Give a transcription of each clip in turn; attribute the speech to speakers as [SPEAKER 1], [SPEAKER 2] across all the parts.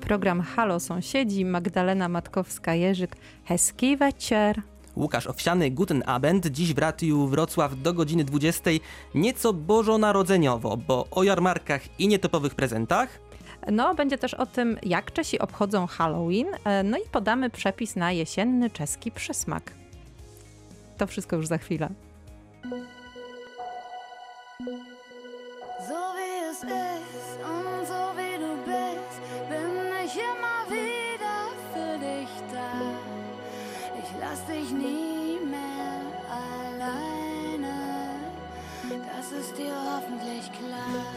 [SPEAKER 1] program Halo Sąsiedzi, Magdalena Matkowska-Jerzyk. Hezký večer.
[SPEAKER 2] Łukasz Owsiany, Guten Abend. Dziś w Radiu Wrocław do godziny 20. Nieco bożonarodzeniowo, bo o jarmarkach i nietypowych prezentach.
[SPEAKER 1] No, będzie też o tym, jak Czesi obchodzą Halloween, no i podamy przepis na jesienny czeski przysmak. To wszystko już za chwilę.
[SPEAKER 3] So wie es ist und so wie du bist, bin ich immer wieder für dich da. Ich lass dich nie mehr alleine, das ist dir hoffentlich klar.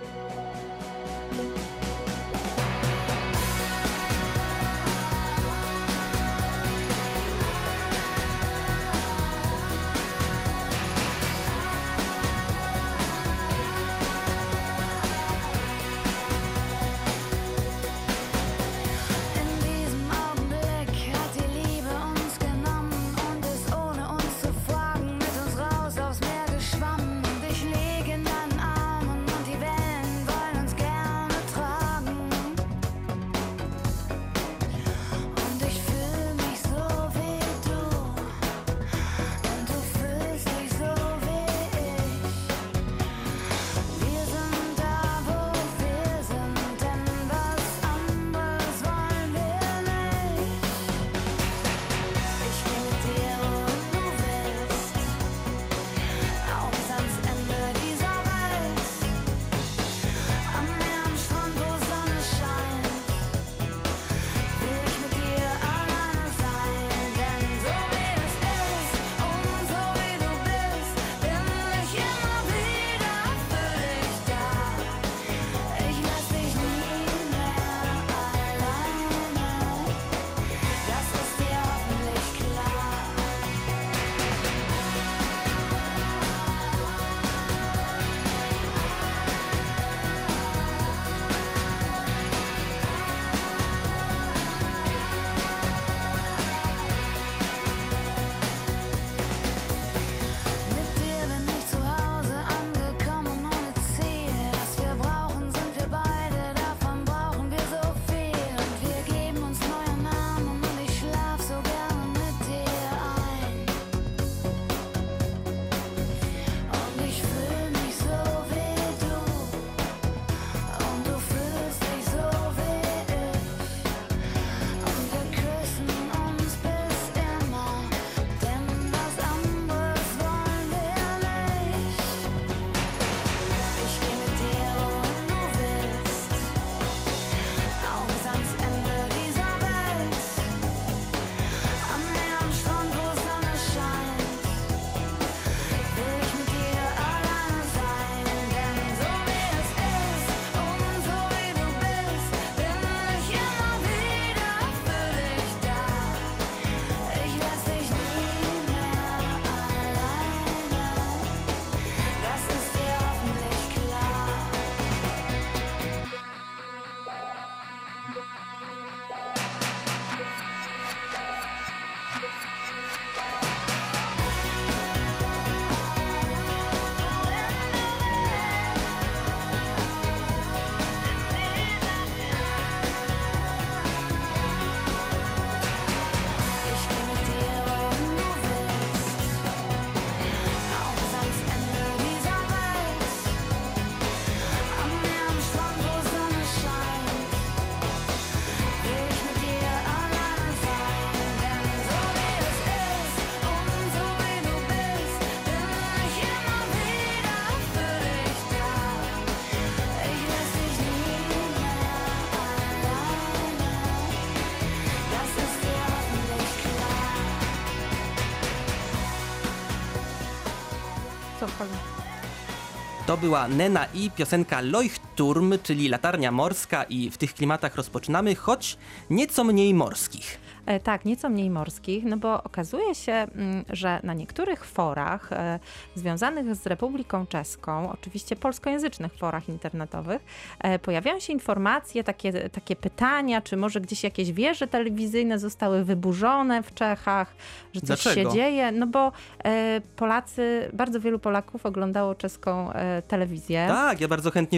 [SPEAKER 2] To była Nena i piosenka Leuchtturm, czyli latarnia morska, i w tych klimatach rozpoczynamy, choć nieco mniej morskich.
[SPEAKER 1] Tak, nieco mniej morskich, no bo okazuje się, że na niektórych forach związanych z Republiką Czeską, oczywiście polskojęzycznych forach internetowych, pojawiają się informacje, takie pytania, czy może gdzieś jakieś wieże telewizyjne zostały wyburzone w Czechach, że coś
[SPEAKER 2] Dlaczego?
[SPEAKER 1] się dzieje, no bo bardzo wielu Polaków oglądało czeską telewizję.
[SPEAKER 2] Tak, ja bardzo chętnie włączałem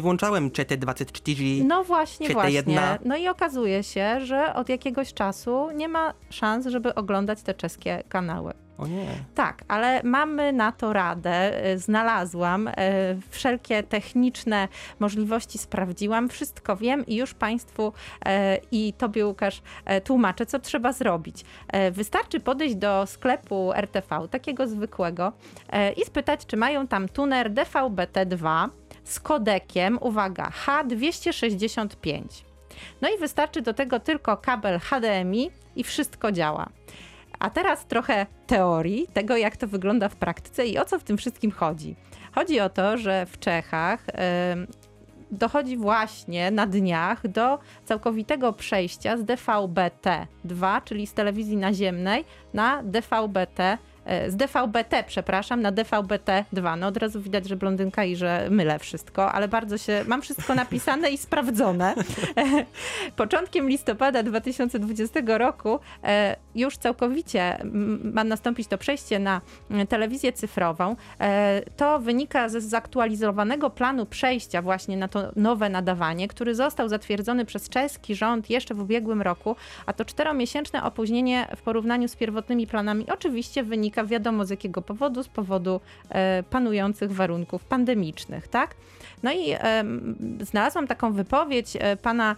[SPEAKER 2] ČT24,
[SPEAKER 1] No właśnie,
[SPEAKER 2] ČT1.
[SPEAKER 1] No i okazuje się, że od jakiegoś czasu nie ma szans, żeby oglądać te czeskie kanały.
[SPEAKER 2] O nie.
[SPEAKER 1] Tak, ale mamy na to radę, znalazłam, wszelkie techniczne możliwości sprawdziłam, wszystko wiem i już Państwu i Tobie, Łukasz, tłumaczę, co trzeba zrobić. Wystarczy podejść do sklepu RTV, takiego zwykłego, i spytać, czy mają tam tuner DVB-T2 z kodekiem, uwaga, H265. No i wystarczy do tego tylko kabel HDMI i wszystko działa. A teraz trochę teorii tego, jak to wygląda w praktyce i o co w tym wszystkim chodzi. Chodzi o to, że w Czechach dochodzi właśnie na dniach do całkowitego przejścia z DVB-T2, czyli z telewizji naziemnej, na z DVB-T, przepraszam, na DVB-T2. No od razu widać, że blondynka i że mylę wszystko, ale mam wszystko napisane i sprawdzone. Początkiem listopada 2020 roku już całkowicie ma nastąpić to przejście na telewizję cyfrową. To wynika ze zaktualizowanego planu przejścia właśnie na to nowe nadawanie, który został zatwierdzony przez czeski rząd jeszcze w ubiegłym roku, a to 4-miesięczne opóźnienie w porównaniu z pierwotnymi planami oczywiście wynika wiadomo z jakiego powodu, z powodu panujących warunków pandemicznych, tak? No i znalazłam taką wypowiedź pana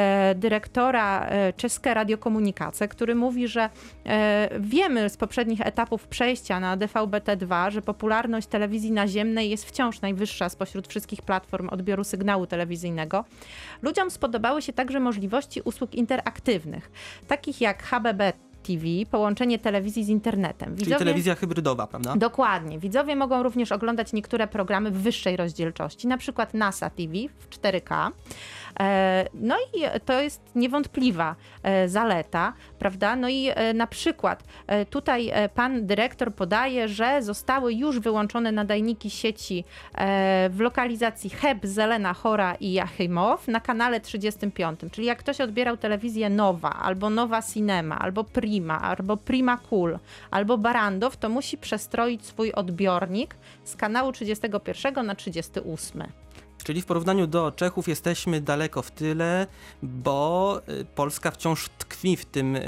[SPEAKER 1] dyrektora Czeskie Radiokomunikace, który mówi, że wiemy z poprzednich etapów przejścia na DVB-T2, że popularność telewizji naziemnej jest wciąż najwyższa spośród wszystkich platform odbioru sygnału telewizyjnego. Ludziom spodobały się także możliwości usług interaktywnych, takich jak HBB TV, połączenie telewizji z internetem.
[SPEAKER 2] Czyli telewizja hybrydowa, prawda?
[SPEAKER 1] Dokładnie. Widzowie mogą również oglądać niektóre programy w wyższej rozdzielczości, na przykład NASA TV w 4K. No i to jest niewątpliwa zaleta, prawda? No i na przykład tutaj pan dyrektor podaje, że zostały już wyłączone nadajniki sieci w lokalizacji Cheb, Zelena, Chora i Jachimow na kanale 35. Czyli jak ktoś odbierał telewizję Nowa, albo Nowa Cinema, albo Prima, albo Prima Cool, albo Barandow, to musi przestroić swój odbiornik z kanału 31 na 38.
[SPEAKER 2] Czyli w porównaniu do Czechów jesteśmy daleko w tyle, bo Polska wciąż tkwi w tym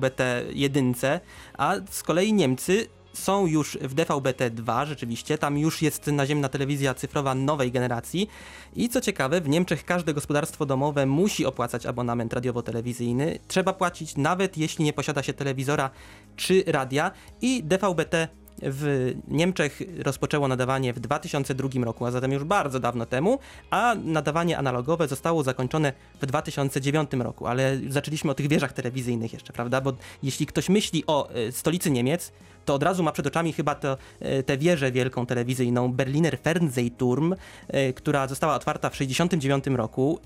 [SPEAKER 2] DVB-T1, a z kolei Niemcy są już w DVB-T2, rzeczywiście, tam już jest naziemna telewizja cyfrowa nowej generacji i co ciekawe, w Niemczech każde gospodarstwo domowe musi opłacać abonament radiowo-telewizyjny, trzeba płacić nawet jeśli nie posiada się telewizora czy radia i DVB-T w Niemczech rozpoczęło nadawanie w 2002 roku, a zatem już bardzo dawno temu, a nadawanie analogowe zostało zakończone w 2009 roku, ale zaczęliśmy o tych wieżach telewizyjnych jeszcze, prawda? Bo jeśli ktoś myśli o stolicy Niemiec, to od razu ma przed oczami chyba tę wieżę wielką telewizyjną Berliner Fernsehturm, która została otwarta w 1969 roku.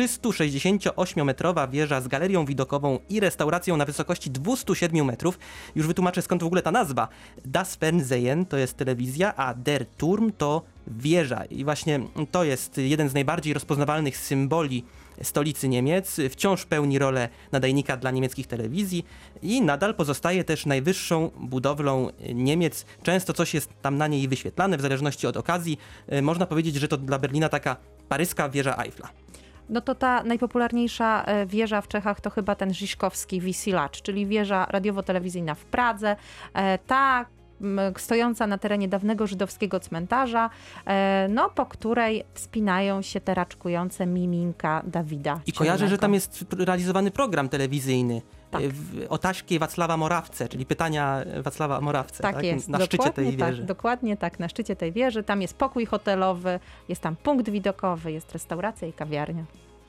[SPEAKER 2] 368-metrowa wieża z galerią widokową i restauracją na wysokości 207 metrów. Już wytłumaczę, skąd w ogóle ta nazwa. Das Fernsehen to jest telewizja, a der Turm to wieża. I właśnie to jest jeden z najbardziej rozpoznawalnych symboli stolicy Niemiec. Wciąż pełni rolę nadajnika dla niemieckich telewizji i nadal pozostaje też najwyższą budowlą Niemiec. Często coś jest tam na niej wyświetlane, w zależności od okazji. Można powiedzieć, że to dla Berlina taka paryska wieża Eiffla.
[SPEAKER 1] No to ta najpopularniejsza wieża w Czechach to chyba ten Žižkovský vysílač, czyli wieża radiowo-telewizyjna w Pradze. Ta stojąca na terenie dawnego żydowskiego cmentarza, no po której wspinają się te raczkujące miminka Dawida.
[SPEAKER 2] I kojarzę, że tam jest realizowany program telewizyjny. Tak. O Taśkie Wacława Morawce, czyli pytania Wacława Morawce,
[SPEAKER 1] tak? Jest,
[SPEAKER 2] na szczycie tej wieży.
[SPEAKER 1] Tak, dokładnie tak, na szczycie tej wieży. Tam jest pokój hotelowy, jest tam punkt widokowy, jest restauracja i kawiarnia.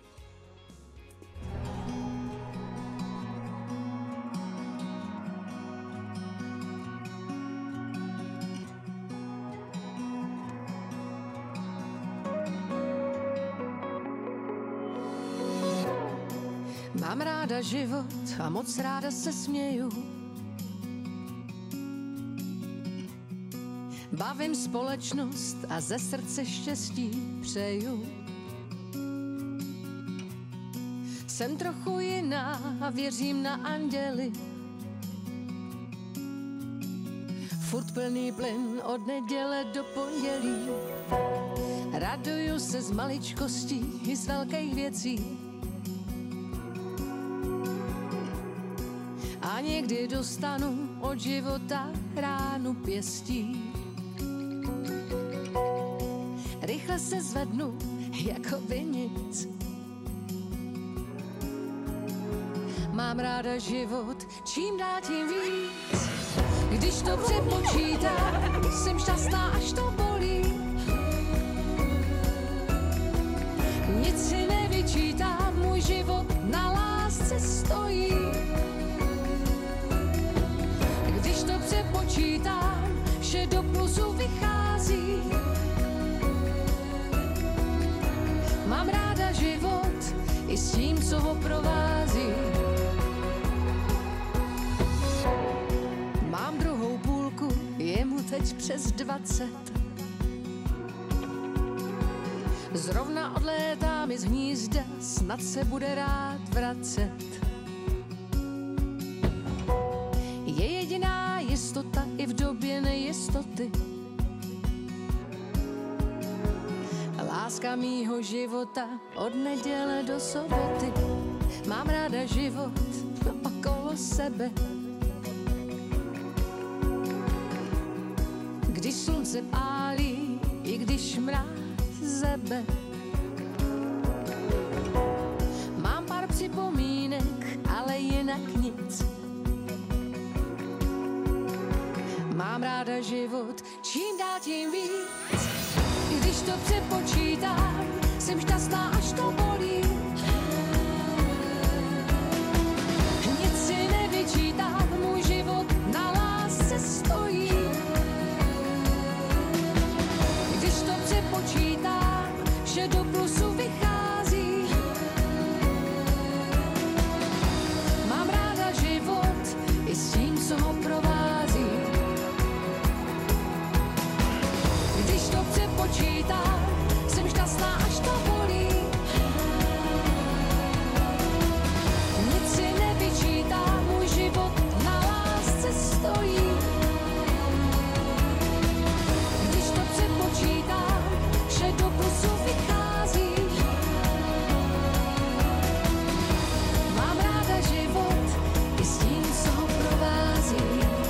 [SPEAKER 4] Mám ráda život a moc ráda se směju. Bavím společnost a ze srdce štěstí přeju. Jsem trochu jiná a věřím na anděly. Furt plný plyn od neděle do pondělí. Raduju se z maličkostí i z velkých věcí. A někdy dostanu od života ránu pěstí. Rychle se zvednu, jako by nic. Mám ráda život, čím dál tím víc. Když to přepočítám, jsem šťastná, až to bolí. Nic si nevyčítám, můj život na lásce stojí. Když to přepočítám, vše do plusu vychází. Mám ráda život i s tím, co ho provází. Mám druhou půlku, je mu teď přes 20. Zrovna odlétá mi z hnízda, snad se bude rád vracet. Je jediná jistota i v době nejistoty. Láska mýho života od neděle do soboty. Mám ráda život okolo sebe. Když slunce pálí, i když mráz zebe. Mám pár připomínek, ale jinak nic. Mám ráda život, čím dál tím víc. I když to přepočítám, jsem šťastná, až to bolí. Nic si nevyčítám, můj život na lásce stojí. Když to přepočítám, vše do plusu vychází. Mám ráda život i s tím, co ho provází. Když to přepočítám, jsem šťastná, až to bolí. Nic si nevyčítám, můj život na lásce stojí. Když to přepočítám, vše do plusu vychází. Mám ráda život i s tím, co ho provází.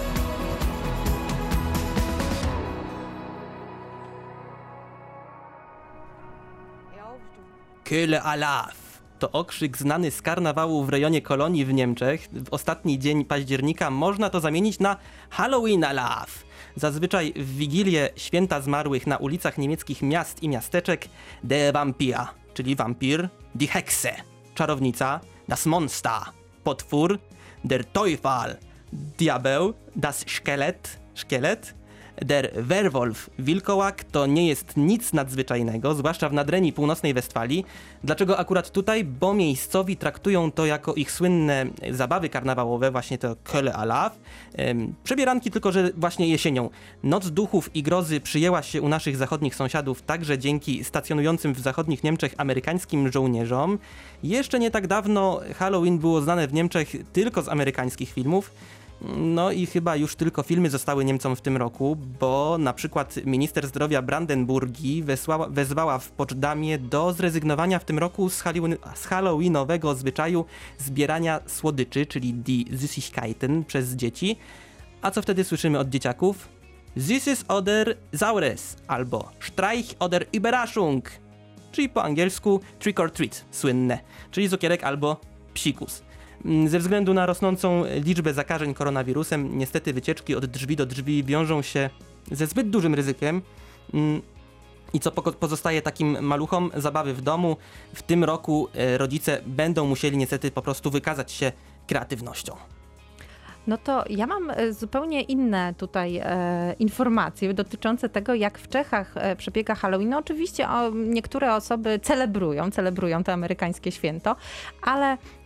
[SPEAKER 2] Kölle Alarv to okrzyk znany z karnawału w rejonie Kolonii w Niemczech. W ostatni dzień października można to zamienić na Halloween Alarv. Zazwyczaj w Wigilię Święta Zmarłych na ulicach niemieckich miast i miasteczek der Vampir, czyli wampir, die Hexe, czarownica, das Monster, potwór, der Teufel, diabeł, das szkielet, der Werwolf, wilkołak, to nie jest nic nadzwyczajnego, zwłaszcza w nadrenii północnej Westfalii. Dlaczego akurat tutaj? Bo miejscowi traktują to jako ich słynne zabawy karnawałowe, właśnie to Kölle Alarv. Przebieranki tylko, że właśnie jesienią. Noc duchów i grozy przyjęła się u naszych zachodnich sąsiadów także dzięki stacjonującym w zachodnich Niemczech amerykańskim żołnierzom. Jeszcze nie tak dawno Halloween było znane w Niemczech tylko z amerykańskich filmów. No i chyba już tylko filmy zostały Niemcom w tym roku, bo na przykład minister zdrowia Brandenburgii wezwała w Poczdamie do zrezygnowania w tym roku z halloweenowego zwyczaju zbierania słodyczy, czyli die Süßigkeiten przez dzieci. A co wtedy słyszymy od dzieciaków? Süßes oder Saures albo Streich oder Überraschung, czyli po angielsku trick or treat, słynne, czyli cukierek albo psikus. Ze względu na rosnącą liczbę zakażeń koronawirusem, niestety wycieczki od drzwi do drzwi wiążą się ze zbyt dużym ryzykiem. I co pozostaje takim maluchom? Zabawy w domu. W tym roku rodzice będą musieli niestety po prostu wykazać się kreatywnością.
[SPEAKER 1] No to ja mam zupełnie inne tutaj informacje dotyczące tego, jak w Czechach przebiega Halloween. No oczywiście niektóre osoby celebrują to amerykańskie święto, ale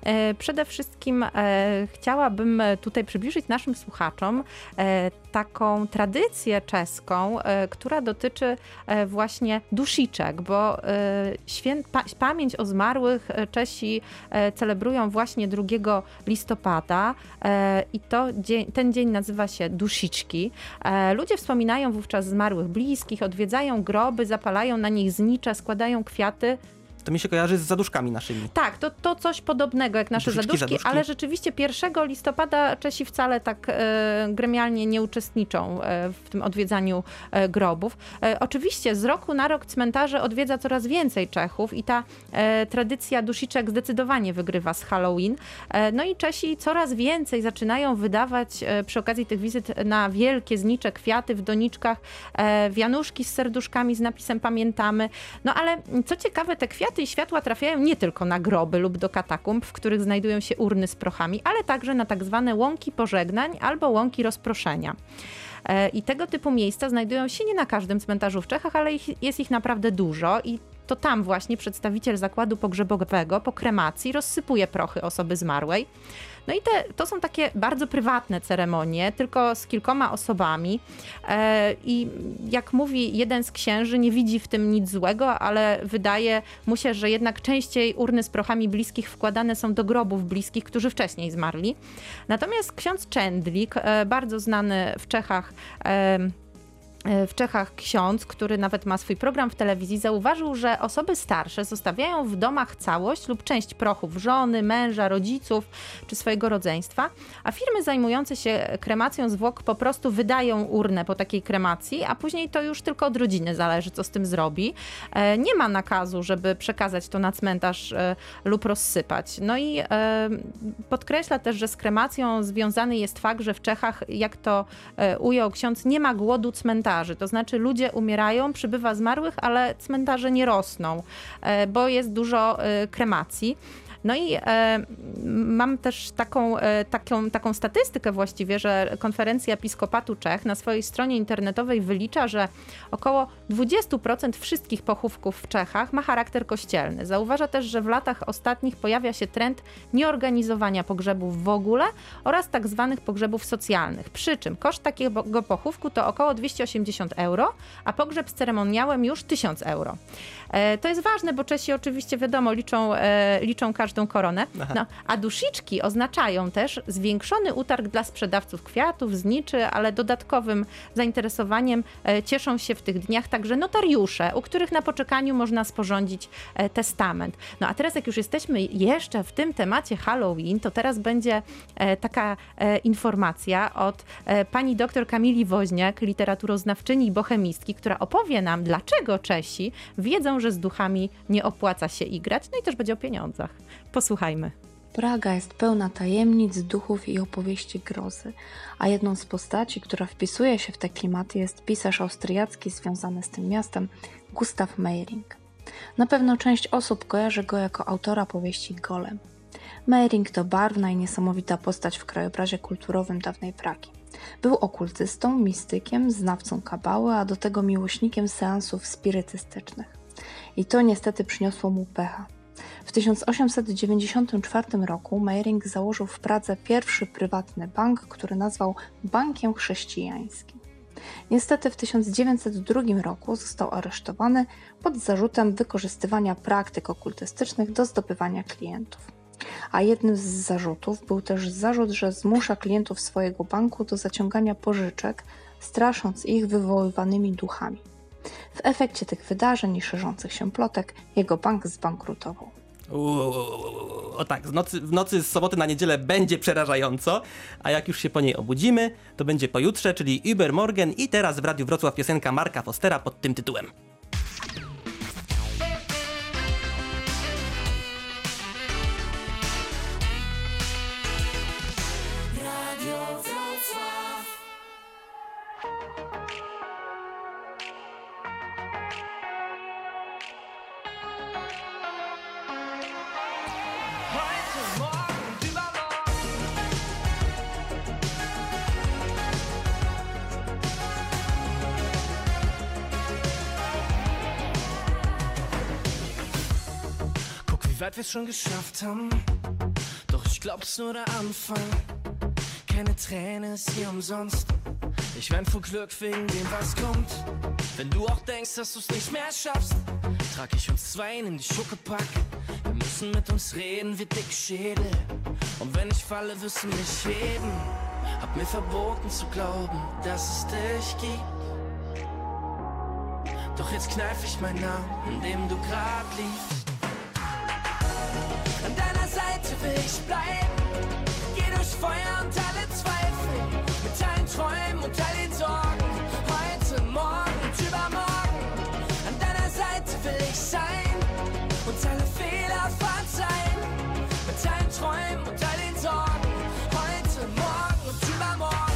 [SPEAKER 1] Przede wszystkim chciałabym tutaj przybliżyć naszym słuchaczom taką tradycję czeską, która dotyczy właśnie dušiček, bo pamięć o zmarłych Czesi celebrują właśnie 2 listopada i ten dzień nazywa się dušičky. Ludzie wspominają wówczas zmarłych bliskich, odwiedzają groby, zapalają na nich znicze, składają kwiaty.
[SPEAKER 2] To mi się kojarzy z zaduszkami naszymi.
[SPEAKER 1] Tak, to coś podobnego jak nasze zaduszki, ale rzeczywiście 1 listopada Czesi wcale tak gremialnie nie uczestniczą w tym odwiedzaniu grobów. Oczywiście z roku na rok cmentarze odwiedza coraz więcej Czechów i ta tradycja dušiček zdecydowanie wygrywa z Halloween. No i Czesi coraz więcej zaczynają wydawać przy okazji tych wizyt na wielkie znicze kwiaty w doniczkach, wianuszki z serduszkami z napisem pamiętamy. No ale co ciekawe, te kwiaty i światła trafiają nie tylko na groby lub do katakumb, w których znajdują się urny z prochami, ale także na tak zwane łąki pożegnań albo łąki rozproszenia. I tego typu miejsca znajdują się nie na każdym cmentarzu w Czechach, ale jest ich naprawdę dużo i to tam właśnie przedstawiciel zakładu pogrzebowego po kremacji rozsypuje prochy osoby zmarłej. No i to są takie bardzo prywatne ceremonie, tylko z kilkoma osobami i jak mówi jeden z księży, nie widzi w tym nic złego, ale wydaje mu się, że jednak częściej urny z prochami bliskich wkładane są do grobów bliskich, którzy wcześniej zmarli. Natomiast ksiądz Czendlik, bardzo znany w Czechach ksiądz, który nawet ma swój program w telewizji, zauważył, że osoby starsze zostawiają w domach całość lub część prochów żony, męża, rodziców czy swojego rodzeństwa, a firmy zajmujące się kremacją zwłok po prostu wydają urnę po takiej kremacji, a później to już tylko od rodziny zależy, co z tym zrobi. Nie ma nakazu, żeby przekazać to na cmentarz lub rozsypać. No i podkreśla też, że z kremacją związany jest fakt, że w Czechach, jak to ujął ksiądz, nie ma głodu cmentarzy. To znaczy ludzie umierają, przybywa zmarłych, ale cmentarze nie rosną, bo jest dużo kremacji. No i mam też taką statystykę właściwie, że Konferencja Episkopatu Czech na swojej stronie internetowej wylicza, że około 20% wszystkich pochówków w Czechach ma charakter kościelny. Zauważa też, że w latach ostatnich pojawia się trend nieorganizowania pogrzebów w ogóle oraz tak zwanych pogrzebów socjalnych. Przy czym koszt takiego pochówku to około 280 euro, a pogrzeb z ceremoniałem już 1000 euro. To jest ważne, bo Czesi oczywiście wiadomo liczą każdą koronę. No, a dušičky oznaczają też zwiększony utarg dla sprzedawców kwiatów, zniczy, ale dodatkowym zainteresowaniem cieszą się w tych dniach także notariusze, u których na poczekaniu można sporządzić testament. No a teraz jak już jesteśmy jeszcze w tym temacie Halloween, to teraz będzie taka informacja od pani doktor Kamili Woźniak, literaturoznawczyni i bohemistki, która opowie nam, dlaczego Czesi wiedzą, że z duchami nie opłaca się igrać, no i też będzie o pieniądzach. Posłuchajmy.
[SPEAKER 5] Praga jest pełna tajemnic, duchów i opowieści grozy, a jedną z postaci, która wpisuje się w te klimaty, jest pisarz austriacki związany z tym miastem, Gustav Meyring. Na pewno część osób kojarzy go jako autora powieści Golem. Meyring to barwna i niesamowita postać w krajobrazie kulturowym dawnej Pragi. Był okultystą, mistykiem, znawcą kabały, a do tego miłośnikiem seansów spirytystycznych. I to niestety przyniosło mu pecha. W 1894 roku Meyring założył w Pradze pierwszy prywatny bank, który nazwał Bankiem Chrześcijańskim. Niestety w 1902 roku został aresztowany pod zarzutem wykorzystywania praktyk okultystycznych do zdobywania klientów. A jednym z zarzutów był też zarzut, że zmusza klientów swojego banku do zaciągania pożyczek, strasząc ich wywoływanymi duchami. W efekcie tych wydarzeń i szerzących się plotek jego bank zbankrutował.
[SPEAKER 2] O tak, w nocy z soboty na niedzielę będzie przerażająco, a jak już się po niej obudzimy, to będzie pojutrze, czyli Übermorgen i teraz w Radiu Wrocław piosenka Marka Fostera pod tym tytułem.
[SPEAKER 6] Weit wir schon geschafft haben, glaub's nur der Anfang. Keine Träne ist hier umsonst. Ich wein vor Glück wegen dem, was kommt. Wenn du auch denkst, dass du's nicht mehr schaffst, trag ich uns zwei in die Schuckepack. Wir müssen mit uns reden wie Dickschädel. Und wenn ich falle, wirst du mich heben. Hab mir verboten zu glauben, dass es dich gibt. Doch jetzt kneif ich meinen Namen, in dem du grad liegst. An deiner Seite will ich bleiben. Geh durch Feuer und alle Zweifel. Mit allen Träumen und all den Sorgen. Heute, morgen und übermorgen. An deiner Seite will ich sein. Und alle Fehler verzeihen. Mit allen Träumen und all den Sorgen. Heute, morgen und übermorgen.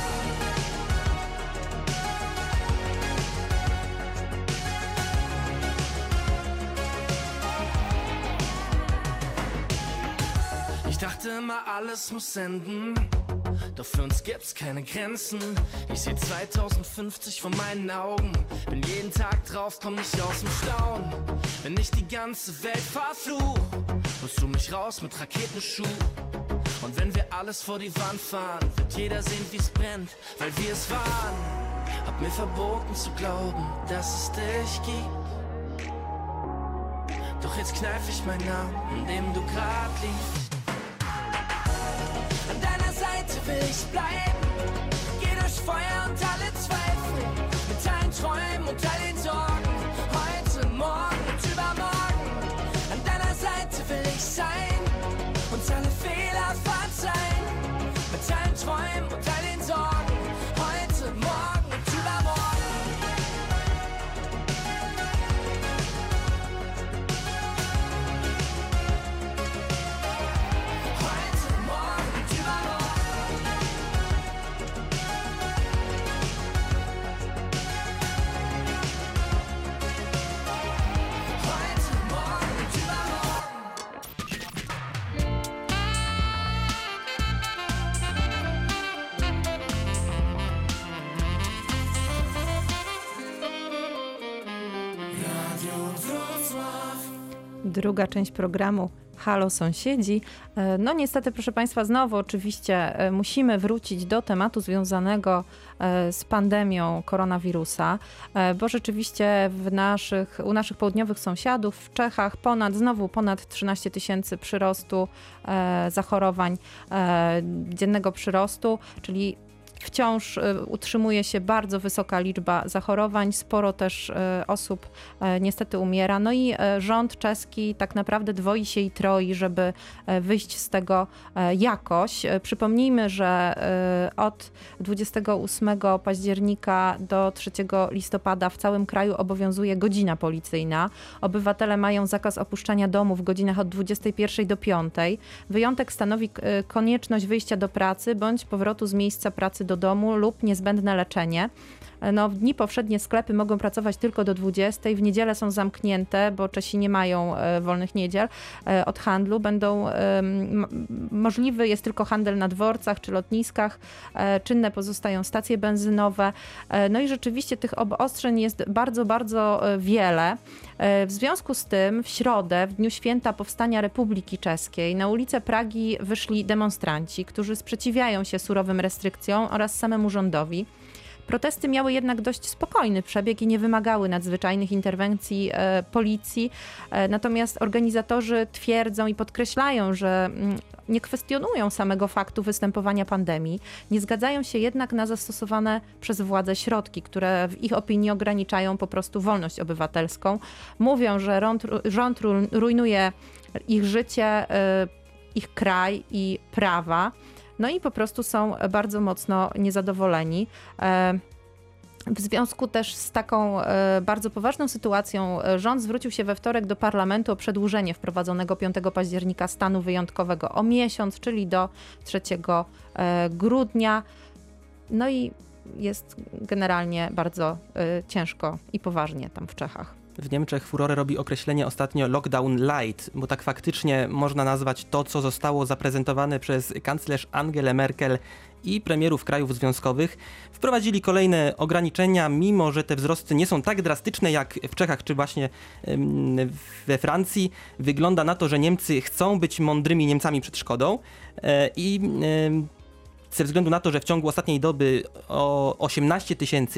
[SPEAKER 6] Ich dachte immer, alles muss enden. Doch für uns gibt's keine Grenzen. Ich seh 2050 vor meinen Augen. Bin jeden Tag drauf, komm nicht aus dem Staunen. Wenn ich die ganze Welt verfluch, holst du mich raus mit Raketenschuh. Und wenn wir alles vor die Wand fahren, wird jeder sehen, wie's brennt, weil wir es waren. Hab mir verboten zu glauben, dass es dich gibt. Doch jetzt kneif ich meinen Namen, in dem du grad liegst. An deiner Seite will ich bleiben. Geh durch Feuer und alle Zweifel. Mit allen Träumen und all den Sorgen. Heute, morgen und übermorgen. An deiner Seite will ich sein. Uns alle Fehler verzeihen. Mit allen Träumen und all den Sorgen. Heute, morgen und übermorgen. Heute, morgen und übermorgen. Heute, morgen und übermorgen.
[SPEAKER 1] Druga część programu Halo Sąsiedzi. No niestety, proszę Państwa, znowu oczywiście musimy wrócić do tematu związanego z pandemią koronawirusa, bo rzeczywiście u naszych południowych sąsiadów w Czechach znowu ponad 13 000 przyrostu zachorowań, dziennego przyrostu, czyli wciąż utrzymuje się bardzo wysoka liczba zachorowań, sporo też osób niestety umiera. No i rząd czeski tak naprawdę dwoi się i troi, żeby wyjść z tego jakoś. Przypomnijmy, że od 28 października do 3 listopada w całym kraju obowiązuje godzina policyjna. Obywatele mają zakaz opuszczania domu w godzinach od 21 do 5. Wyjątek stanowi konieczność wyjścia do pracy bądź powrotu z miejsca pracy do domu lub niezbędne leczenie. No, w dni powszednie sklepy mogą pracować tylko do 20. W niedzielę są zamknięte, bo Czesi nie mają wolnych niedziel od handlu. Możliwy jest tylko handel na dworcach czy lotniskach. Czynne pozostają stacje benzynowe. No i rzeczywiście tych obostrzeń jest bardzo, bardzo wiele. W związku z tym w środę, w dniu święta powstania Republiki Czeskiej, na ulice Pragi wyszli demonstranci, którzy sprzeciwiają się surowym restrykcjom oraz samemu rządowi. Protesty miały jednak dość spokojny przebieg i nie wymagały nadzwyczajnych interwencji policji. Natomiast organizatorzy twierdzą i podkreślają, że nie kwestionują samego faktu występowania pandemii. Nie zgadzają się jednak na zastosowane przez władze środki, które w ich opinii ograniczają po prostu wolność obywatelską. Mówią, że rząd rujnuje ich życie, ich kraj i prawa. No i po prostu są bardzo mocno niezadowoleni. W związku też z taką bardzo poważną sytuacją rząd zwrócił się we wtorek do parlamentu o przedłużenie wprowadzonego 5 października stanu wyjątkowego o miesiąc, czyli do 3 grudnia. No i jest generalnie bardzo ciężko i poważnie tam w Czechach.
[SPEAKER 2] W Niemczech furorę robi określenie ostatnio lockdown light, bo tak faktycznie można nazwać to, co zostało zaprezentowane przez kanclerz Angelę Merkel i premierów krajów związkowych. Wprowadzili kolejne ograniczenia, mimo że te wzrosty nie są tak drastyczne jak w Czechach czy właśnie we Francji. Wygląda na to, że Niemcy chcą być mądrymi Niemcami przed szkodą i ze względu na to, że w ciągu ostatniej doby o 18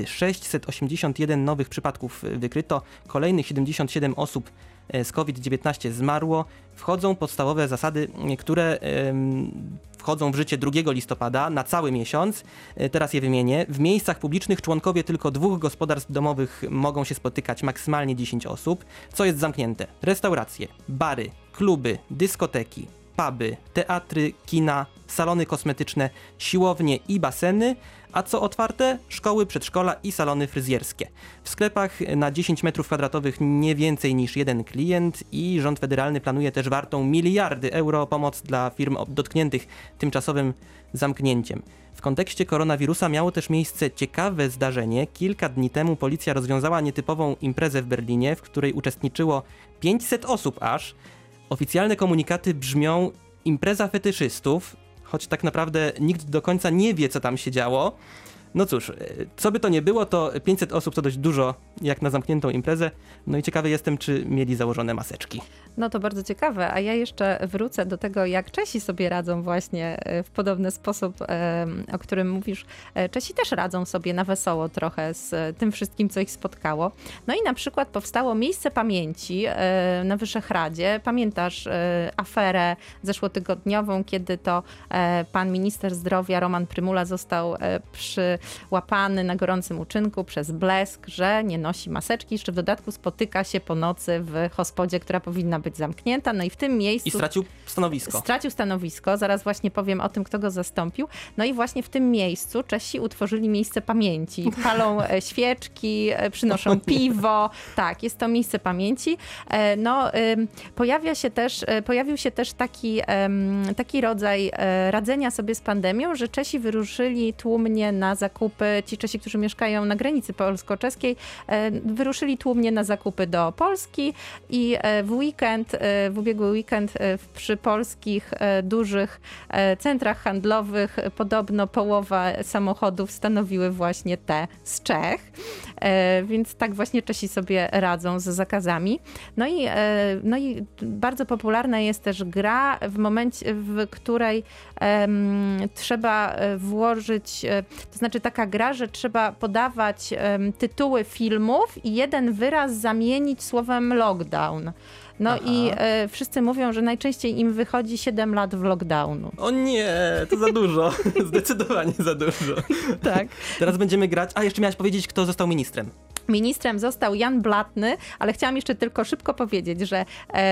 [SPEAKER 2] 681 nowych przypadków wykryto, kolejnych 77 osób z COVID-19 zmarło, wchodzą podstawowe zasady, które wchodzą w życie 2 listopada na cały miesiąc. Teraz je wymienię. W miejscach publicznych członkowie tylko 2 gospodarstw domowych mogą się spotykać, maksymalnie 10 osób. Co jest zamknięte? Restauracje, bary, kluby, dyskoteki, puby, teatry, kina, salony kosmetyczne, siłownie i baseny, a co otwarte? Szkoły, przedszkola i salony fryzjerskie. W sklepach na 10 m2 nie więcej niż 1 klient i rząd federalny planuje też wartą miliardy euro pomoc dla firm dotkniętych tymczasowym zamknięciem. W kontekście koronawirusa miało też miejsce ciekawe zdarzenie. Kilka dni temu policja rozwiązała nietypową imprezę w Berlinie, w której uczestniczyło 500 osób aż. Oficjalne komunikaty brzmią: impreza fetyszystów, choć tak naprawdę nikt do końca nie wie, co tam się działo. No cóż, co by to nie było, to 500 osób to dość dużo jak na zamkniętą imprezę. No i ciekawy jestem, czy mieli założone maseczki.
[SPEAKER 1] No to bardzo ciekawe, a ja jeszcze wrócę do tego, jak Czesi sobie radzą właśnie w podobny sposób, o którym mówisz. Czesi też radzą sobie na wesoło trochę z tym wszystkim, co ich spotkało. No i na przykład powstało miejsce pamięci na Wyszehradzie. Pamiętasz aferę zeszłotygodniową, kiedy to pan minister zdrowia Roman Prymula został przyłapany na gorącym uczynku przez Blesk, że nie nosi maseczki, jeszcze w dodatku spotyka się po nocy w hospodzie, która powinna być zamknięta, no i w tym miejscu...
[SPEAKER 2] I stracił stanowisko.
[SPEAKER 1] Stracił stanowisko, zaraz właśnie powiem o tym, kto go zastąpił. No i właśnie w tym miejscu Czesi utworzyli miejsce pamięci. Palą świeczki, przynoszą piwo. Tak, jest to miejsce pamięci. No, pojawił się też taki rodzaj radzenia sobie z pandemią, że Czesi wyruszyli tłumnie na zakupy, ci Czesi, którzy mieszkają na granicy polsko-czeskiej, wyruszyli tłumnie na zakupy do Polski i w ubiegły weekend przy polskich dużych centrach handlowych podobno połowa samochodów stanowiły właśnie te z Czech, więc tak właśnie Czesi sobie radzą z zakazami. No i bardzo popularna jest też gra, w której trzeba włożyć, to znaczy taka gra, że trzeba podawać tytuły filmów i jeden wyraz zamienić słowem lockdown. No i wszyscy mówią, że najczęściej im wychodzi 7 lat w lockdownu.
[SPEAKER 2] O nie, to za dużo. Zdecydowanie za dużo.
[SPEAKER 1] Tak.
[SPEAKER 2] Teraz będziemy grać. A, jeszcze miałaś powiedzieć, kto został ministrem.
[SPEAKER 1] Ministrem został Jan Blatny, ale chciałam jeszcze tylko szybko powiedzieć, że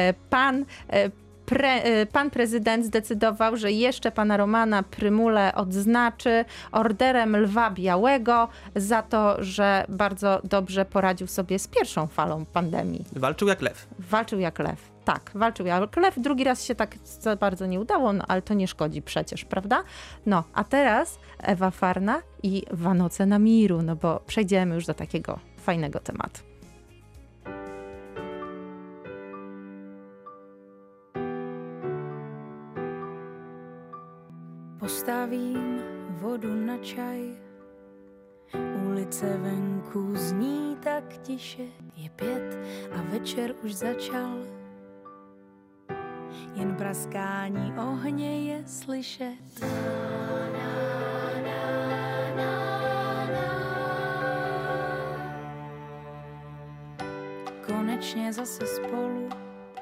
[SPEAKER 1] pan prezydent zdecydował, że jeszcze pana Romana Prymulę odznaczy Orderem Lwa Białego za to, że bardzo dobrze poradził sobie z pierwszą falą pandemii.
[SPEAKER 2] Walczył jak lew.
[SPEAKER 1] Walczył jak lew. Tak, walczył jak lew. Drugi raz się tak za bardzo nie udało, no ale to nie szkodzi przecież, prawda? No, a teraz Ewa Farna i Vanoce na Miru, no bo przejdziemy już do takiego fajnego tematu.
[SPEAKER 3] Postavím vodu na čaj, ulice venku zní tak tiše, je 5 a večer už začal, jen praskání ohně je slyšet. Konečně zase spolu,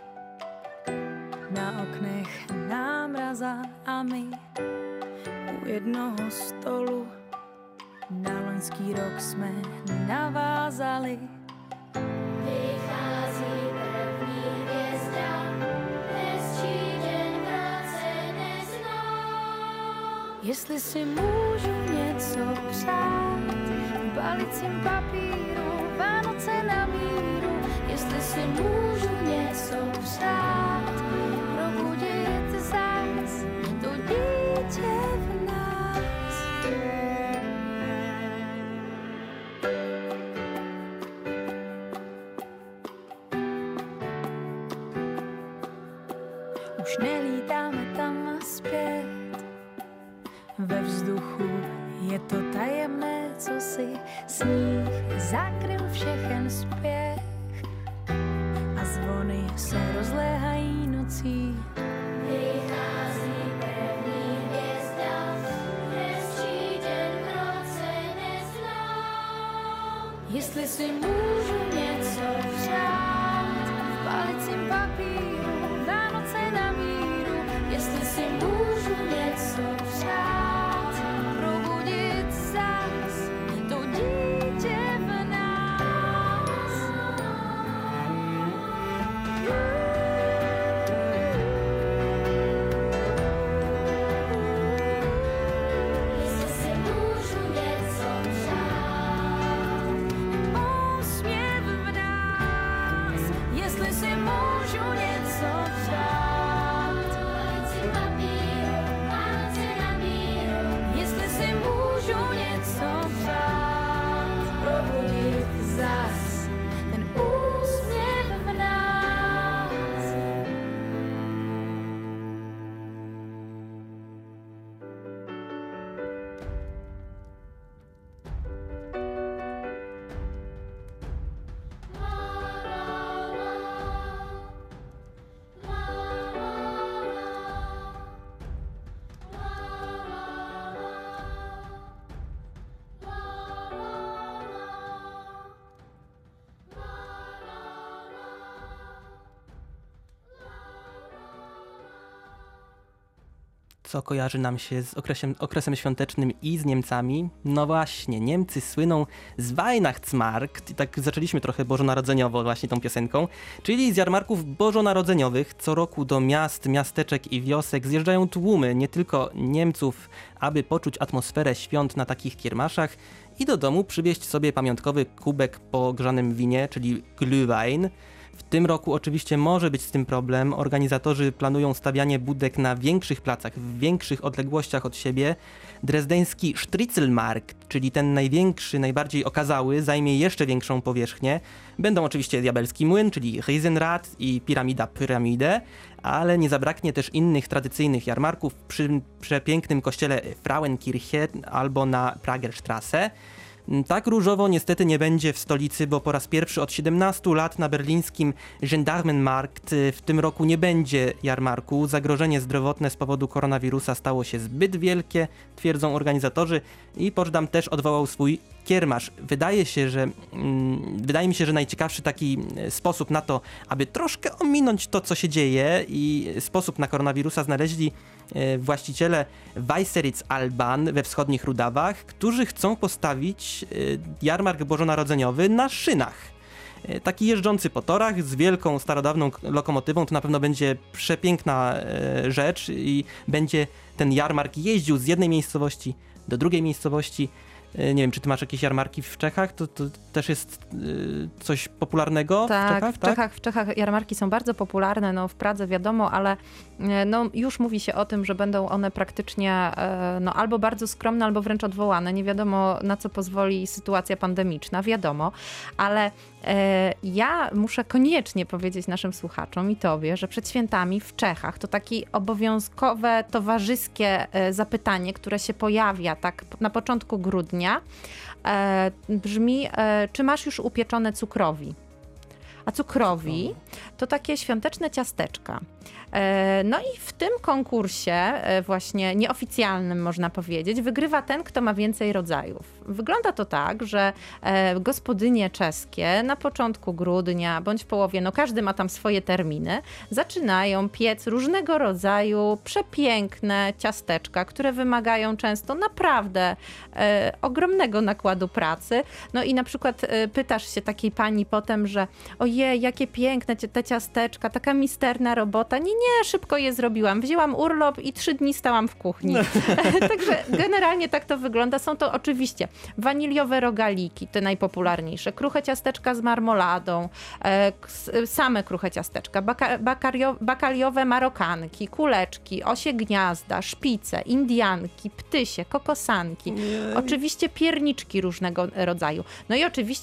[SPEAKER 3] na oknech námraza a my u jednoho stolu. Na loňský rok jsme navázali. Vychází první hvězda, hezčí den v roce neznám. Jestli si můžu něco přát, v balicím papíru, Vánoce na míru. Jestli si můžu něco přát, probudit zás to dítě v nás. vzduchu. Je to tajemné, co si sníh zakryl všechen spěch a zvony se rozléhají nocí. Vychází první hvězda, hezčí den v roce neznám. Jestli si můžu něco přát v palicím papíru, Vánoce na míru, jestli si můžu něco přát, probudit zas to dítě v nás. Jestli si můžu něco přát, úsměv v nás. Jestli si můžu něco přát, palicím papíru, Vánoce na míru, jestli si můžu něco přát, probudit zas ten úsměv v nás.
[SPEAKER 2] Co kojarzy nam się z okresem świątecznym i z Niemcami? No właśnie, Niemcy słyną z Weihnachtsmarkt, i tak zaczęliśmy trochę bożonarodzeniowo właśnie tą piosenką, czyli z jarmarków bożonarodzeniowych. Co roku do miast, miasteczek i wiosek zjeżdżają tłumy nie tylko Niemców, aby poczuć atmosferę świąt na takich kiermaszach i do domu przywieźć sobie pamiątkowy kubek po grzanym winie, czyli Glühwein. W tym roku oczywiście może być z tym problem. Organizatorzy planują stawianie budek na większych placach, w większych odległościach od siebie. Drezdeński Strzelmarkt, czyli ten największy, najbardziej okazały, zajmie jeszcze większą powierzchnię. Będą oczywiście Diabelski Młyn, czyli Riesenrad i Piramida Pyramidę, ale nie zabraknie też innych tradycyjnych jarmarków przy przepięknym kościele Frauenkirche albo na Pragerstrasse. Tak różowo niestety nie będzie w stolicy, bo po raz pierwszy od 17 lat na berlińskim Gendarmenmarkt w tym roku nie będzie jarmarku. Zagrożenie zdrowotne z powodu koronawirusa stało się zbyt wielkie, twierdzą organizatorzy, i Poczdam też odwołał swój kiermasz. Wydaje mi się, że najciekawszy taki sposób na to, aby troszkę ominąć to, co się dzieje, i sposób na koronawirusa znaleźli właściciele Weißeritz Alban we wschodnich Rudawach, którzy chcą postawić jarmark bożonarodzeniowy na szynach. Taki jeżdżący po torach z wielką, starodawną lokomotywą. To na pewno będzie przepiękna rzecz i będzie ten jarmark jeździł z jednej miejscowości do drugiej miejscowości. Nie wiem, czy ty masz jakieś jarmarki w Czechach? To też jest coś popularnego w Czechach?
[SPEAKER 1] W Czechach jarmarki są bardzo popularne, no w Pradze wiadomo, ale no już mówi się o tym, że będą one praktycznie no albo bardzo skromne, albo wręcz odwołane. Nie wiadomo, na co pozwoli sytuacja pandemiczna, wiadomo, ale ja muszę koniecznie powiedzieć naszym słuchaczom i tobie, że przed świętami w Czechach to takie obowiązkowe, towarzyskie zapytanie, które się pojawia tak na początku grudnia, brzmi, czy masz już upieczone cukrowi? A cukrowi to takie świąteczne ciasteczka. No i w tym konkursie, właśnie nieoficjalnym można powiedzieć, wygrywa ten, kto ma więcej rodzajów. Wygląda to tak, że gospodynie czeskie na początku grudnia bądź w połowie, no każdy ma tam swoje terminy, zaczynają piec różnego rodzaju przepiękne ciasteczka, które wymagają często naprawdę ogromnego nakładu pracy. No i na przykład pytasz się takiej pani potem, że ojej, jakie piękne te ciasteczka, taka misterna robota. Nie, szybko je zrobiłam. Wzięłam urlop i 3 dni stałam w kuchni. Także generalnie tak to wygląda. Są to oczywiście waniliowe rogaliki, te najpopularniejsze, kruche ciasteczka z marmoladą, same kruche ciasteczka, bakaliowe marokanki, kuleczki, osie gniazda, szpice, indianki, ptysie, kokosanki. Oczywiście pierniczki różnego rodzaju. No i oczywiście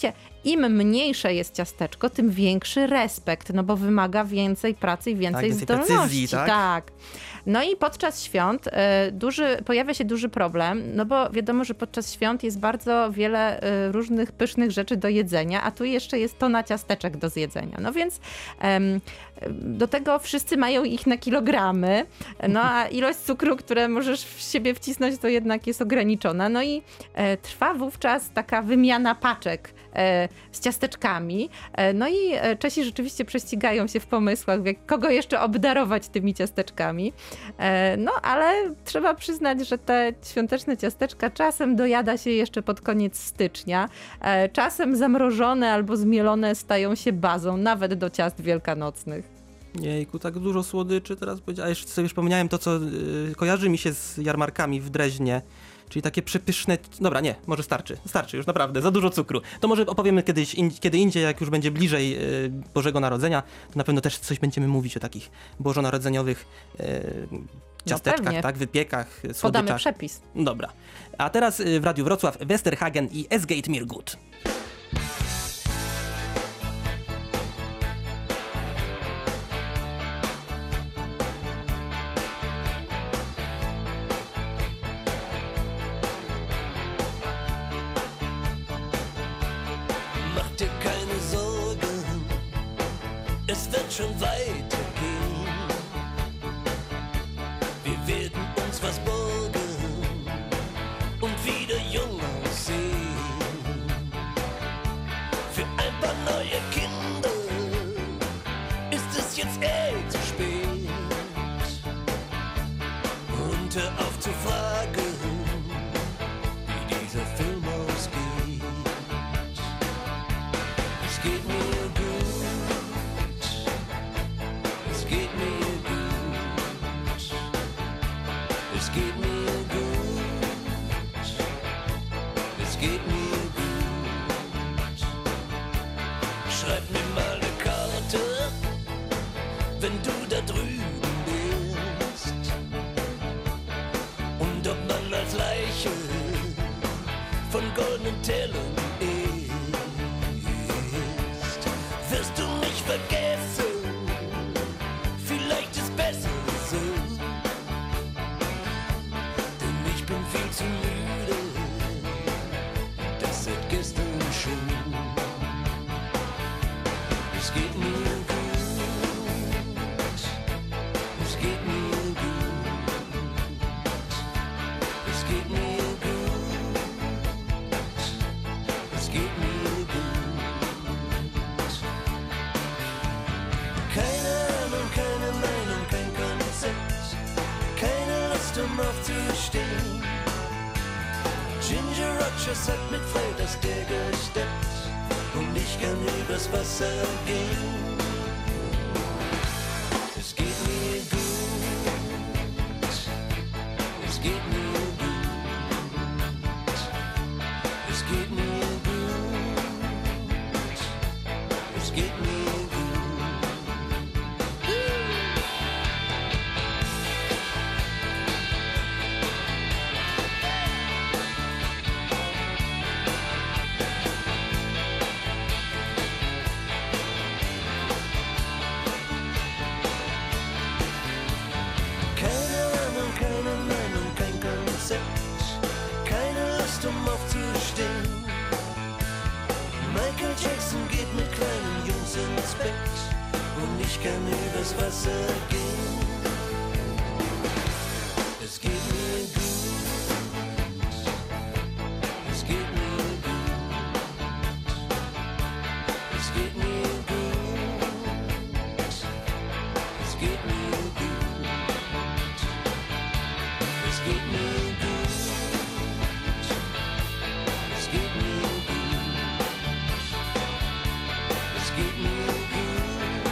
[SPEAKER 1] im mniejsze jest ciasteczko, tym większy respekt, no bo wymaga więcej pracy i więcej
[SPEAKER 2] więcej
[SPEAKER 1] zdolności.
[SPEAKER 2] precyzji, tak?
[SPEAKER 1] No i podczas świąt pojawia się duży problem, no bo wiadomo, że podczas świąt jest bardzo wiele różnych pysznych rzeczy do jedzenia, a tu jeszcze jest tona ciasteczek do zjedzenia. No więc do tego wszyscy mają ich na kilogramy, no a ilość cukru, które możesz w siebie wcisnąć, to jednak jest ograniczona. No i trwa wówczas taka wymiana paczek z ciasteczkami. No i Czesi rzeczywiście prześcigają się w pomysłach, kogo jeszcze obdarować tymi ciasteczkami. No ale trzeba przyznać, że te świąteczne ciasteczka czasem dojada się jeszcze pod koniec stycznia. Czasem zamrożone albo zmielone stają się bazą, nawet do ciast wielkanocnych.
[SPEAKER 2] Jejku, tak dużo słodyczy teraz powiedziałem. A jeszcze sobie przypomniałem to, co kojarzy mi się z jarmarkami w Dreźnie. Czyli takie przepyszne... Dobra, nie, może starczy już naprawdę, za dużo cukru. To może opowiemy kiedy indziej, jak już będzie bliżej Bożego Narodzenia, to na pewno też coś będziemy mówić o takich bożonarodzeniowych ciasteczkach, tak, wypiekach, słodyczach.
[SPEAKER 1] Podamy przepis.
[SPEAKER 2] Dobra. A teraz w Radiu Wrocław Westerhagen i Es geht mir gut.
[SPEAKER 6] Es wird schon weitergehen. Wir werden uns was borgen und wieder jung aussehen. Für ein paar neue Kinder ist es jetzt zu spät. Und hör auf zu fragen, wie dieser Film ausgeht. Es geht mir gut. Es geht mir gut. Es geht mir gut. Es geht mir gut. Schreib mir mal eine Karte, wenn du da drüben bist. Und ob man als Leiche von goldenen Tellern isst, wirst du mich vergessen. Vielleicht ist besser so, denn ich bin viel zu müde, das seit gestern schon. Es geht mir gut, es geht mir gut, es geht mir gut, es geht mir gut. Keine Ahnung, keine Meinung, kein Konzept, keine Lust aufzustehen. Ginger Rogers hat mit Fred Astaire gesteppt und ich kann übers Wasser gehen. Es geht mir gut, es geht mir gut, es geht mir gut, es geht mir gut. Keine Ahnung, keine Meinung, kein Konzept, keine Lust aufzustehen. Michael Jackson geht mit kleinen Jungs ins Bett und ich kann übers Wasser gehen. Es geht mir gut, es geht mir gut, es geht mir gut, es geht mir gut. Es geht mir gut. Es geht mir gut. Es geht mir gut.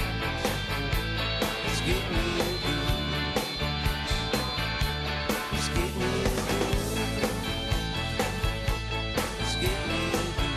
[SPEAKER 6] Es geht mir gut. Es geht mir gut. Es geht mir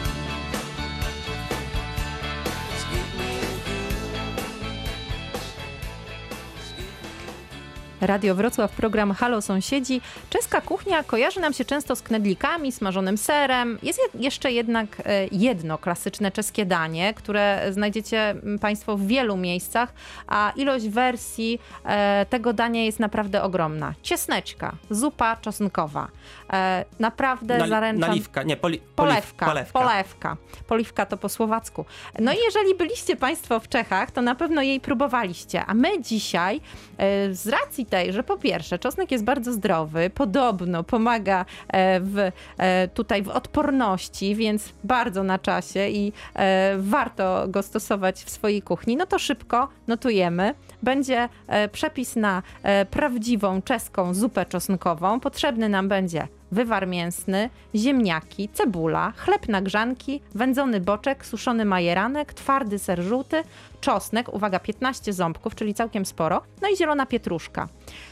[SPEAKER 6] gut. Es geht mir gut.
[SPEAKER 1] Radio Wrocław, program Halo Sąsiedzi. Czeska kuchnia kojarzy nam się często z knedlikami, smażonym serem. Jest jeszcze jednak jedno klasyczne czeskie danie, które znajdziecie Państwo w wielu miejscach, a ilość wersji tego dania jest naprawdę ogromna. Ciesneczka, zupa czosnkowa. Naprawdę zaręczam...
[SPEAKER 2] Naliwka, nie,
[SPEAKER 1] polewka. Poliwka to po słowacku. No i jeżeli byliście Państwo w Czechach, to na pewno jej próbowaliście. A my dzisiaj, z racji tej, że po pierwsze czosnek jest bardzo zdrowy, podobno pomaga tutaj w odporności, więc bardzo na czasie i warto go stosować w swojej kuchni, no to szybko notujemy. Będzie przepis na prawdziwą czeską zupę czosnkową. Potrzebny nam będzie wywar mięsny, ziemniaki, cebula, chleb na grzanki, wędzony boczek, suszony majeranek, twardy ser żółty, czosnek, uwaga, 15 ząbków, czyli całkiem sporo, no i zielona pietruszka.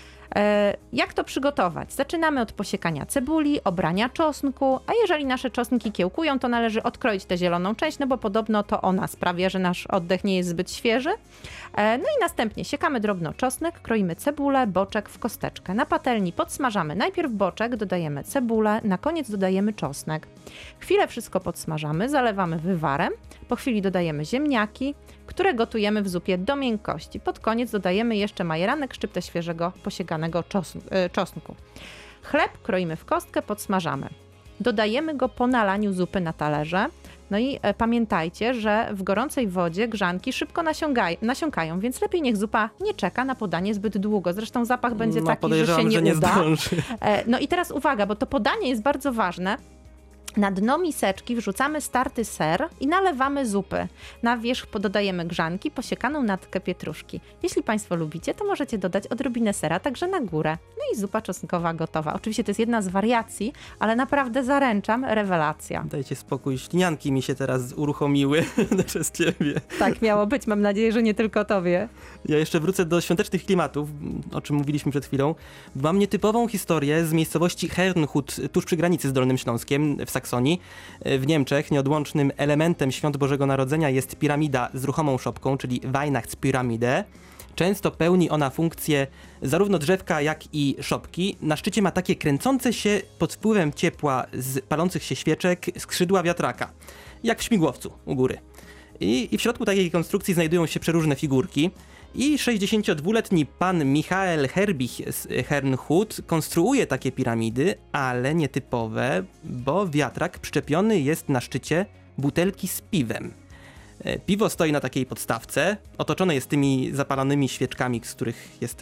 [SPEAKER 1] Jak to przygotować? Zaczynamy od posiekania cebuli, obrania czosnku, a jeżeli nasze czosnki kiełkują, to należy odkroić tę zieloną część, no bo podobno to ona sprawia, że nasz oddech nie jest zbyt świeży. No i następnie siekamy drobno czosnek, kroimy cebulę, boczek w kosteczkę. Na patelni podsmażamy najpierw boczek, dodajemy cebulę, na koniec dodajemy czosnek. Chwilę wszystko podsmażamy, zalewamy wywarem, po chwili dodajemy ziemniaki, które gotujemy w zupie do miękkości. Pod koniec dodajemy jeszcze majeranek, szczyptę świeżego posiekanego czosnku. Chleb kroimy w kostkę, podsmażamy. Dodajemy go po nalaniu zupy na talerze. No i pamiętajcie, że w gorącej wodzie grzanki szybko nasiąkają, więc lepiej niech zupa nie czeka na podanie zbyt długo. Zresztą zapach będzie taki, że się nie uda.
[SPEAKER 2] Zdąży.
[SPEAKER 1] No i teraz uwaga, bo to podanie jest bardzo ważne. Na dno miseczki wrzucamy starty ser i nalewamy zupy. Na wierzch dodajemy grzanki, posiekaną natkę pietruszki. Jeśli Państwo lubicie, to możecie dodać odrobinę sera także na górę. No i zupa czosnkowa gotowa. Oczywiście to jest jedna z wariacji, ale naprawdę zaręczam, rewelacja.
[SPEAKER 2] Dajcie spokój, ślinianki mi się teraz uruchomiły przez ciebie.
[SPEAKER 1] Tak miało być, mam nadzieję, że nie tylko tobie.
[SPEAKER 2] Ja jeszcze wrócę do świątecznych klimatów, o czym mówiliśmy przed chwilą. Mam nietypową historię z miejscowości Herrnhut, tuż przy granicy z Dolnym Śląskiem, w Saksonii. W Niemczech nieodłącznym elementem świąt Bożego Narodzenia jest piramida z ruchomą szopką, czyli Weihnachtspyramide. Często pełni ona funkcję zarówno drzewka, jak i szopki. Na szczycie ma takie kręcące się pod wpływem ciepła z palących się świeczek skrzydła wiatraka, jak w śmigłowcu u góry. I w środku takiej konstrukcji znajdują się przeróżne figurki. I 62-letni pan Michael Herbich z Herrnhut konstruuje takie piramidy, ale nietypowe, bo wiatrak przyczepiony jest na szczycie butelki z piwem. Piwo stoi na takiej podstawce, otoczone jest tymi zapalonymi świeczkami, z których jest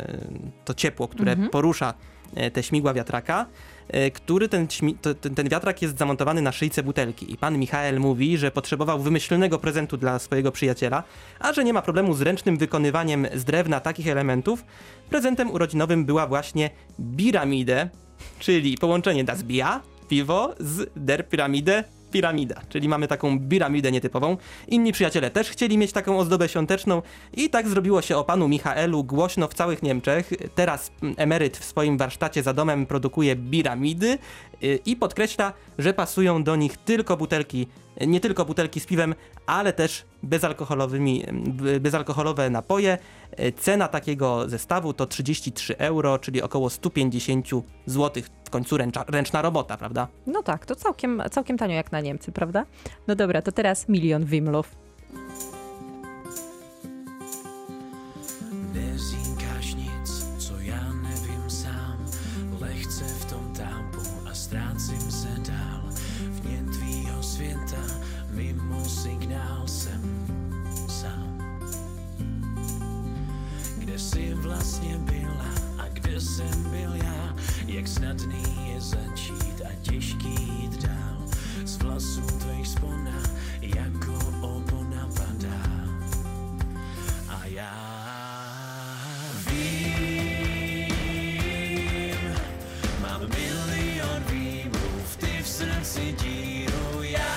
[SPEAKER 2] to ciepło, które porusza te śmigła wiatraka, który ten wiatrak jest zamontowany na szyjce butelki. I pan Michael mówi, że potrzebował wymyślnego prezentu dla swojego przyjaciela, a że nie ma problemu z ręcznym wykonywaniem z drewna takich elementów, prezentem urodzinowym była właśnie Biramide, czyli połączenie das Bier, piwo, z der Pyramide, piramida, czyli mamy taką piramidę nietypową. Inni przyjaciele też chcieli mieć taką ozdobę świąteczną i tak zrobiło się o panu Michaelu głośno w całych Niemczech. Teraz emeryt w swoim warsztacie za domem produkuje piramidy i podkreśla, że pasują do nich nie tylko butelki z piwem, ale też bezalkoholowe napoje. Cena takiego zestawu to 33 euro, czyli około 150 zł. W końcu ręczna robota, prawda?
[SPEAKER 1] No tak, to całkiem tanio jak na Niemcy, prawda? No dobra, to teraz milion wimlów.
[SPEAKER 6] Neříkáš nic, co já nevím sám. Lehce v tom tápu a ztrácím se dál. Vně tvýho světa, mimo signál jsem sám. Kde jsi vlastně byla a kde jsem byl já? Jak snadný je začít a těžký jít dál. Z vlasů tvých spona jako opona padá. A já vím, mám milion výmluv, ty v srdci díru. Já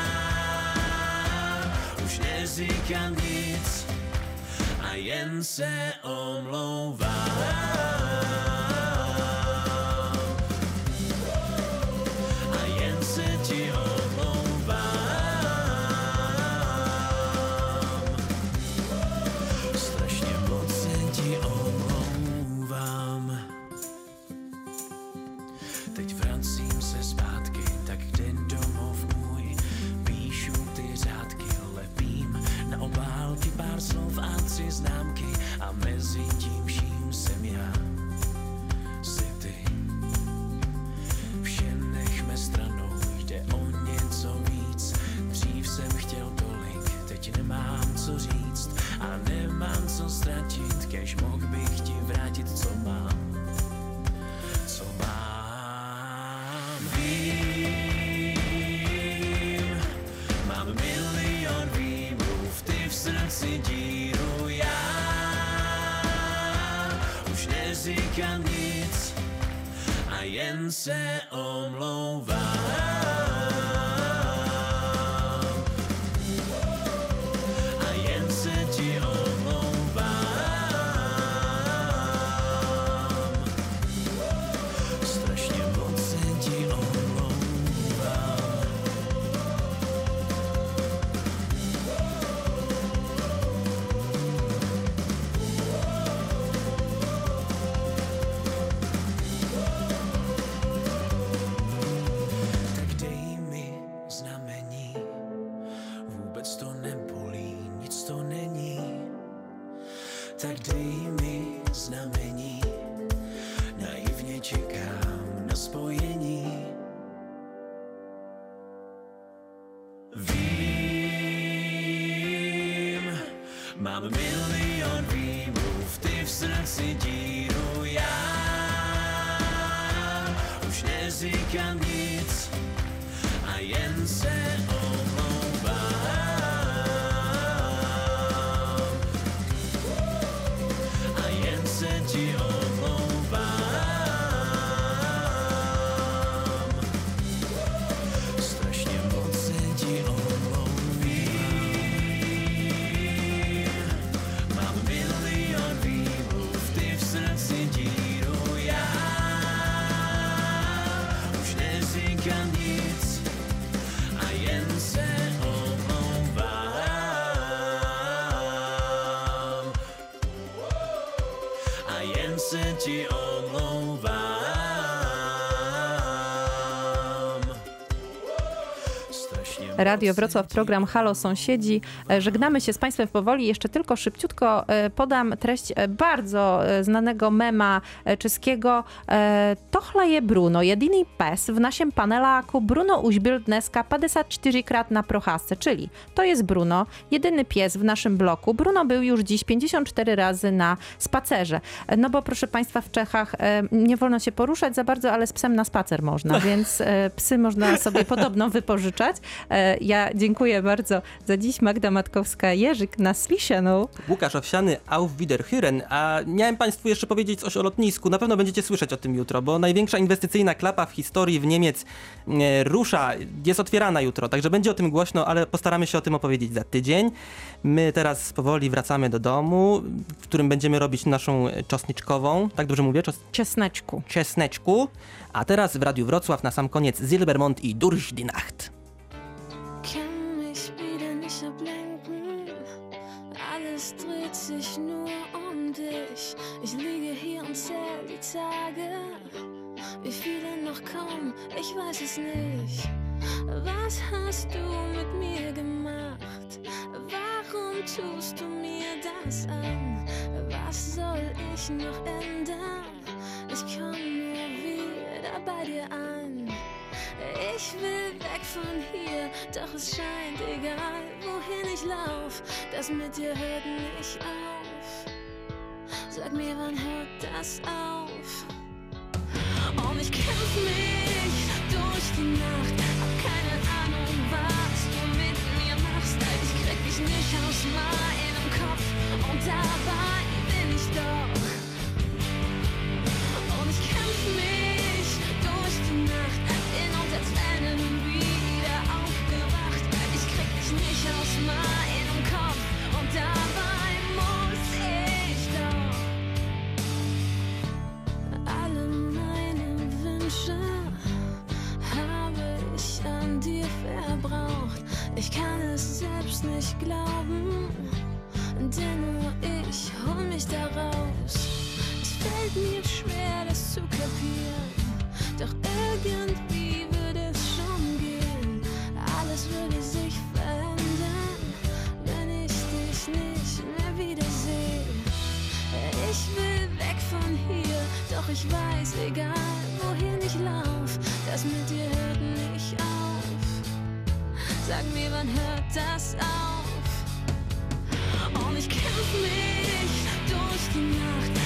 [SPEAKER 6] už neříkám nic a jen se omlouvám. Strašně moc se ti omlouvám. teď vracím se zpátky, tak den domov můj. Píšu ty řádky, lepím na obálky pár slov a 3 známky a mezi tím vším jsem já, jsi ty. Vše nechme stranou, jde o něco víc. Dřív jsem chtěl tolik, teď nemám co říct a nemám co ztratit, kež mohl bych ti vrátit, co mám. Co mám. Vím, mám milion výmluv, ty v srdci díru, já už neříkám nic a jen se omlouvám. A jen se ti omlouvám. Strašně moc se ti omlouvám. Tak dej mi znamení, vůbec to nebolí, nic to není. Tak dej mi znamení, naivně čekám na spojení. Vím, mám milion výmluv, ty v srdci díru, já už neříkám nic a jen se omlouvám. A jen se ti omlouvám. Strašně moc se ti omlouvám. Mám milion výmluv, ty v srdci díru, já už neříkám nic a jen se omlouvám. A jen se ti omlouvám. Strašně moc
[SPEAKER 1] Radio
[SPEAKER 6] se
[SPEAKER 1] Wrocław,
[SPEAKER 6] ti
[SPEAKER 1] program Halo Sąsiedzi. Żegnamy się z Państwem powoli. Jeszcze tylko szybciutko podam treść bardzo znanego mema czeskiego. Tohle je Bruno, jedyny pes w naszym paneláku. Bruno už byl dneska 54krát na procházce, czyli to jest Bruno, jedyny pies w naszym bloku. Bruno był już dziś 54 razy na spacerze. No bo proszę Państwa, w Czechach nie wolno się poruszać za bardzo, ale z psem na spacer można, więc psy można sobie podobno wypożyczać. Ja dziękuję bardzo za dziś. Magda Matkowska-Jerzyk, na słyszaną.
[SPEAKER 2] Łukasz Owsiany, auf Wiederhören. A miałem Państwu jeszcze powiedzieć coś o lotnisku. Na pewno będziecie słyszeć o tym jutro, bo największa inwestycyjna klapa w historii w Niemiec rusza, jest otwierana jutro, także będzie o tym głośno, ale postaramy się o tym opowiedzieć za tydzień. My teraz powoli wracamy do domu, w którym będziemy robić naszą czosneczkową, tak dobrze mówię?
[SPEAKER 1] Czesneczku.
[SPEAKER 2] Czesneczku. A teraz w Radiu Wrocław na sam koniec Silbermond i Durch die Nacht.
[SPEAKER 3] Kann mich wieder nicht ablenken. Alles dreht sich nur um dich. Ich liege hier und zähl die Tage. Wie viele noch kommen, ich weiß es nicht. Was hast du mit mir gemacht? Warum tust du mir das an? Was soll ich noch ändern? Ich komm nur wieder bei dir an. Ich will weg von hier, doch es scheint egal, wohin ich lauf. Das mit dir hört nicht auf. Sag mir, wann hört das auf? Und ich kämpf mich durch die Nacht. Hab keine Ahnung, was du mit mir machst. Ich krieg dich nicht aus meinem Kopf. Und dabei bin ich doch. Und ich kämpf mich durch die Nacht. Bin unter Tränen wieder aufgewacht. Ich krieg dich nicht aus meinem Kopf. Und dabei muss ich doch. Alle meine Wünsche habe ich an dir verbraucht. Ich kann es selbst nicht glauben, denn nur ich hol mich da raus. Es fällt mir schwer, das zu kapieren, doch irgendwie irgendwie würde es schon gehen. Alles würde sich verändern, wenn ich dich nicht mehr wiedersehe. Ich will weg von hier, doch ich weiß, egal wohin ich lauf, das mit dir hört nicht auf. Sag mir, wann hört das auf? Und ich kämpf mich durch die Nacht.